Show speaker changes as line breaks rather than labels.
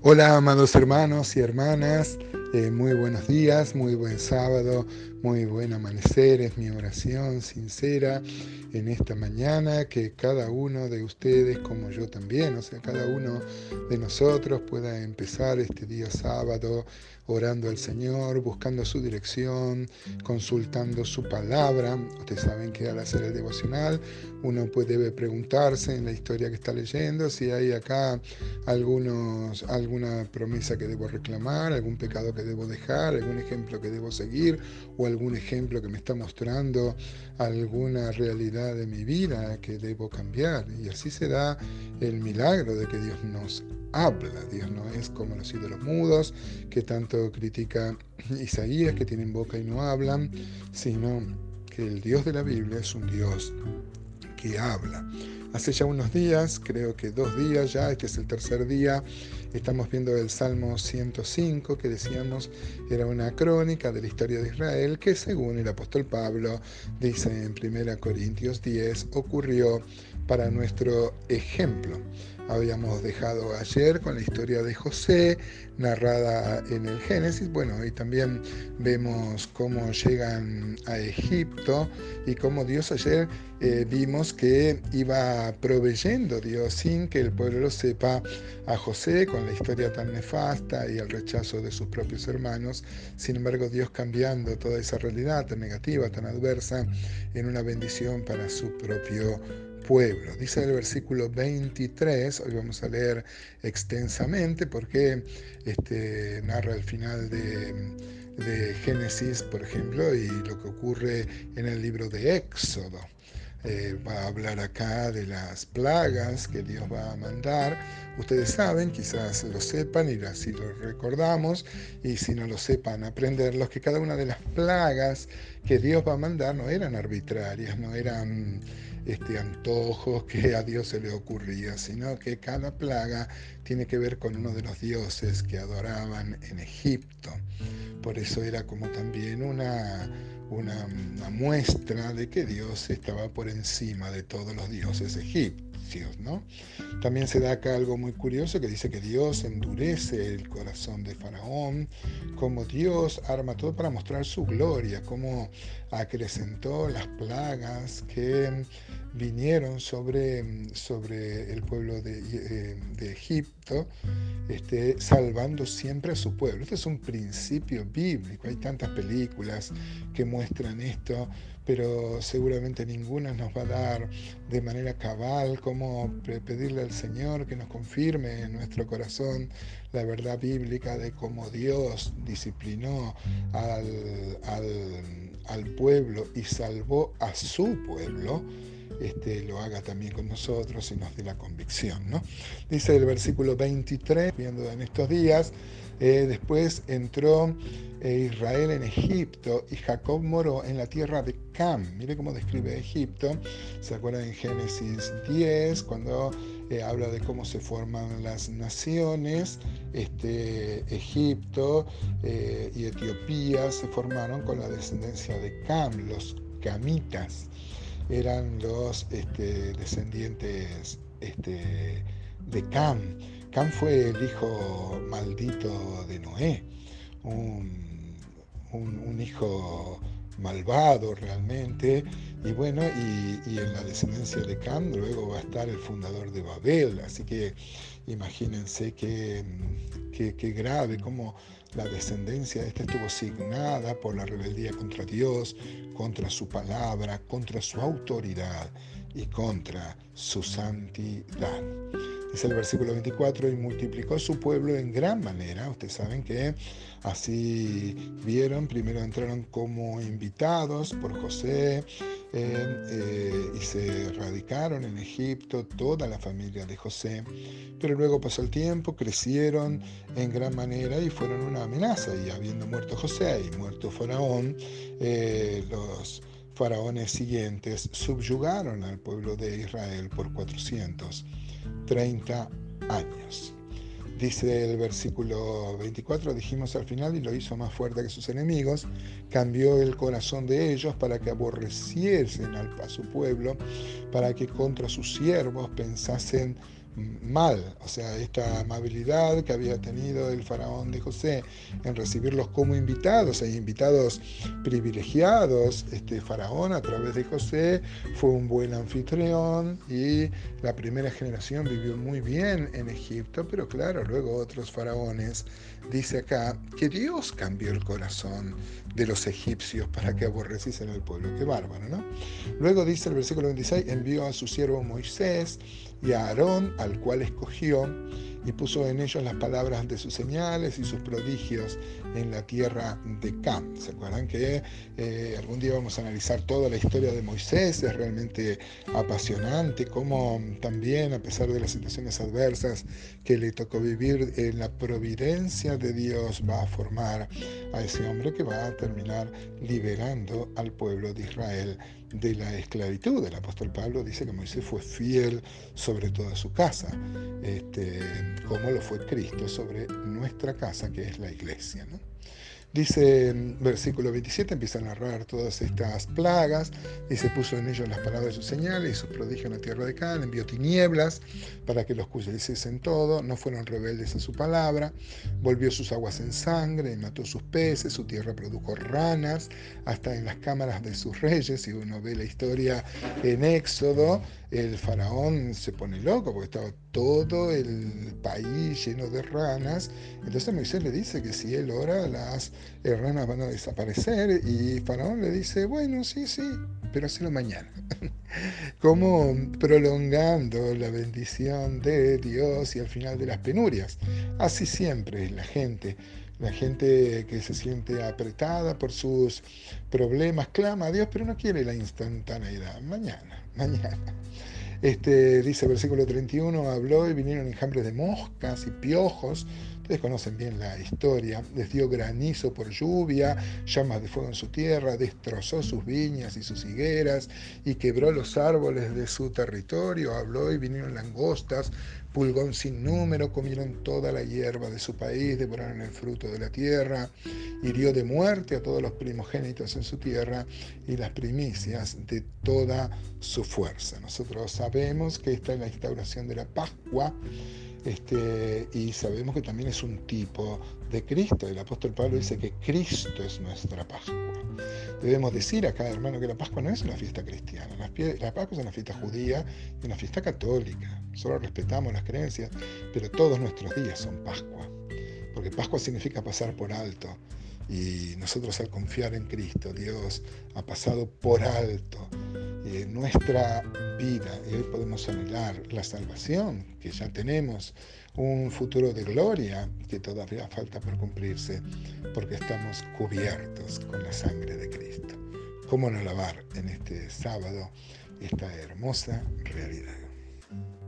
Hola, amados hermanos y hermanas, muy buenos días, muy buen sábado, muy buen amanecer. Es mi oración sincera en esta mañana que cada uno de ustedes, como yo también, o sea, cada uno de nosotros pueda empezar este día sábado orando al Señor, buscando su dirección, consultando su palabra. Ustedes saben que al hacer el devocional uno debe preguntarse en la historia que está leyendo si hay acá alguna promesa que debo reclamar, algún pecado que debo dejar, algún ejemplo que debo seguir o algún ejemplo que me está mostrando alguna realidad de mi vida que debo cambiar. Y así se da el milagro de que Dios nos habla. Dios no es como los ídolos mudos que tanto critica Isaías, que tienen boca y no hablan, sino que el Dios de la Biblia es un Dios que habla. Hace ya unos días, creo que 2 días ya, este es el tercer día, estamos viendo el Salmo 105, que decíamos era una crónica de la historia de Israel, que según el apóstol Pablo dice en 1 Corintios 10, ocurrió para nuestro ejemplo. Habíamos dejado ayer con la historia de José, narrada en el Génesis. Bueno, y también vemos cómo llegan a Egipto y cómo Dios ayer vimos que iba proveyendo Dios sin que el pueblo lo sepa a José con la historia tan nefasta y el rechazo de sus propios hermanos. Sin embargo, Dios cambiando toda esa realidad tan negativa, tan adversa, en una bendición para su propio pueblo. Dice el versículo 23, hoy vamos a leer extensamente porque narra el final de Génesis, por ejemplo, y lo que ocurre en el libro de Éxodo. Va a hablar acá de las plagas que Dios va a mandar. Ustedes saben, quizás lo sepan y así lo recordamos, y si no lo sepan, aprenderlos, que cada una de las plagas que Dios va a mandar no eran arbitrarias, no eran antojos que a Dios se le ocurría, sino que cada plaga tiene que ver con uno de los dioses que adoraban en Egipto. Por eso era como también una muestra de que Dios estaba por encima de todos los dioses egipcios, ¿no? También se da acá algo muy curioso que dice que Dios endurece el corazón de Faraón, como Dios arma todo para mostrar su gloria, como acrecentó las plagas que vinieron sobre el pueblo de Egipto, salvando siempre a su pueblo. Este es un principio bíblico. Hay tantas películas que muestran esto, pero seguramente ninguna nos va a dar de manera cabal cómo pedirle al Señor que nos confirme en nuestro corazón la verdad bíblica de cómo Dios disciplinó al pueblo y salvó a su pueblo. Lo haga también con nosotros y nos dé la convicción, ¿no? Dice el versículo 23, viendo en estos días, después entró Israel en Egipto y Jacob moró en la tierra de Cam. Mire cómo describe Egipto. ¿Se acuerdan en Génesis 10, cuando habla de cómo se forman las naciones? Egipto y Etiopía se formaron con la descendencia de Cam, los camitas. Eran los descendientes de Cam. Cam fue el hijo maldito de Noé, un hijo malvado realmente, y bueno, y en la descendencia de Cam luego va a estar el fundador de Babel, así que imagínense qué grave, cómo la descendencia de estuvo signada por la rebeldía contra Dios, contra su palabra, contra su autoridad y contra su santidad. Dice el versículo 24, y multiplicó su pueblo en gran manera. Ustedes saben que así vieron, primero entraron como invitados por José y se radicaron en Egipto toda la familia de José, pero luego pasó el tiempo, crecieron en gran manera y fueron una amenaza, y habiendo muerto José y muerto Faraón, los faraones siguientes subyugaron al pueblo de Israel por 430 años. Dice el versículo 24, dijimos al final, y lo hizo más fuerte que sus enemigos, cambió el corazón de ellos para que aborreciesen a su pueblo, para que contra sus siervos pensasen mal. O sea, esta amabilidad que había tenido el faraón de José en recibirlos como invitados, hay invitados privilegiados. Este faraón, a través de José, fue un buen anfitrión y la primera generación vivió muy bien en Egipto, pero claro, luego otros faraones, dice acá, que Dios cambió el corazón de los egipcios para que aborreciesen al pueblo. Qué bárbaro, ¿no? Luego dice el versículo 26, envió a su siervo Moisés y a Aarón, al cual escogió, y puso en ellos las palabras de sus señales y sus prodigios en la tierra de Cam. ¿Se acuerdan que algún día vamos a analizar toda la historia de Moisés? Es realmente apasionante cómo también, a pesar de las situaciones adversas que le tocó vivir, en la providencia de Dios va a formar a ese hombre que va a terminar liberando al pueblo de Israel de la esclavitud. El apóstol Pablo dice que Moisés fue fiel sobre toda su casa, como lo fue Cristo sobre nuestra casa, que es la iglesia, ¿no? Dice, versículo 27, empieza a narrar todas estas plagas, y se puso en ellos las palabras de sus señales y sus prodigios en la tierra de Canaán, envió tinieblas para que los hiciesen todo, no fueron rebeldes a su palabra, volvió sus aguas en sangre y mató sus peces, su tierra produjo ranas, hasta en las cámaras de sus reyes. Si uno ve la historia en Éxodo, el faraón se pone loco porque estaba todo el país lleno de ranas. Entonces Moisés le dice que si él ora, las ranas van a desaparecer, y faraón le dice, bueno, sí, pero hacelo mañana. Como prolongando la bendición de Dios y al final de las penurias. Así siempre es la gente. La gente que se siente apretada por sus problemas clama a Dios, pero no quiere la instantaneidad. Mañana. Dice el versículo 31, habló y vinieron enjambres de moscas y piojos. Ustedes conocen bien la historia. Les dio granizo por lluvia, llamas de fuego en su tierra, destrozó sus viñas y sus higueras y quebró los árboles de su territorio. Habló y vinieron langostas, pulgón sin número, comieron toda la hierba de su país, devoraron el fruto de la tierra, hirió de muerte a todos los primogénitos en su tierra y las primicias de toda su fuerza. Nosotros sabemos que esta es la instauración de la Pascua, y sabemos que también es un tipo de Cristo. El apóstol Pablo dice que Cristo es nuestra Pascua. Debemos decir acá, hermano, que la Pascua no es una fiesta cristiana. La Pascua es una fiesta judía y una fiesta católica. Solo respetamos las creencias, pero todos nuestros días son Pascua. Porque Pascua significa pasar por alto. Y nosotros, al confiar en Cristo, Dios ha pasado por alto nuestra vida, y hoy podemos anhelar la salvación, que ya tenemos un futuro de gloria que todavía falta por cumplirse, porque estamos cubiertos con la sangre de Cristo. ¿Cómo no alabar en este sábado esta hermosa realidad?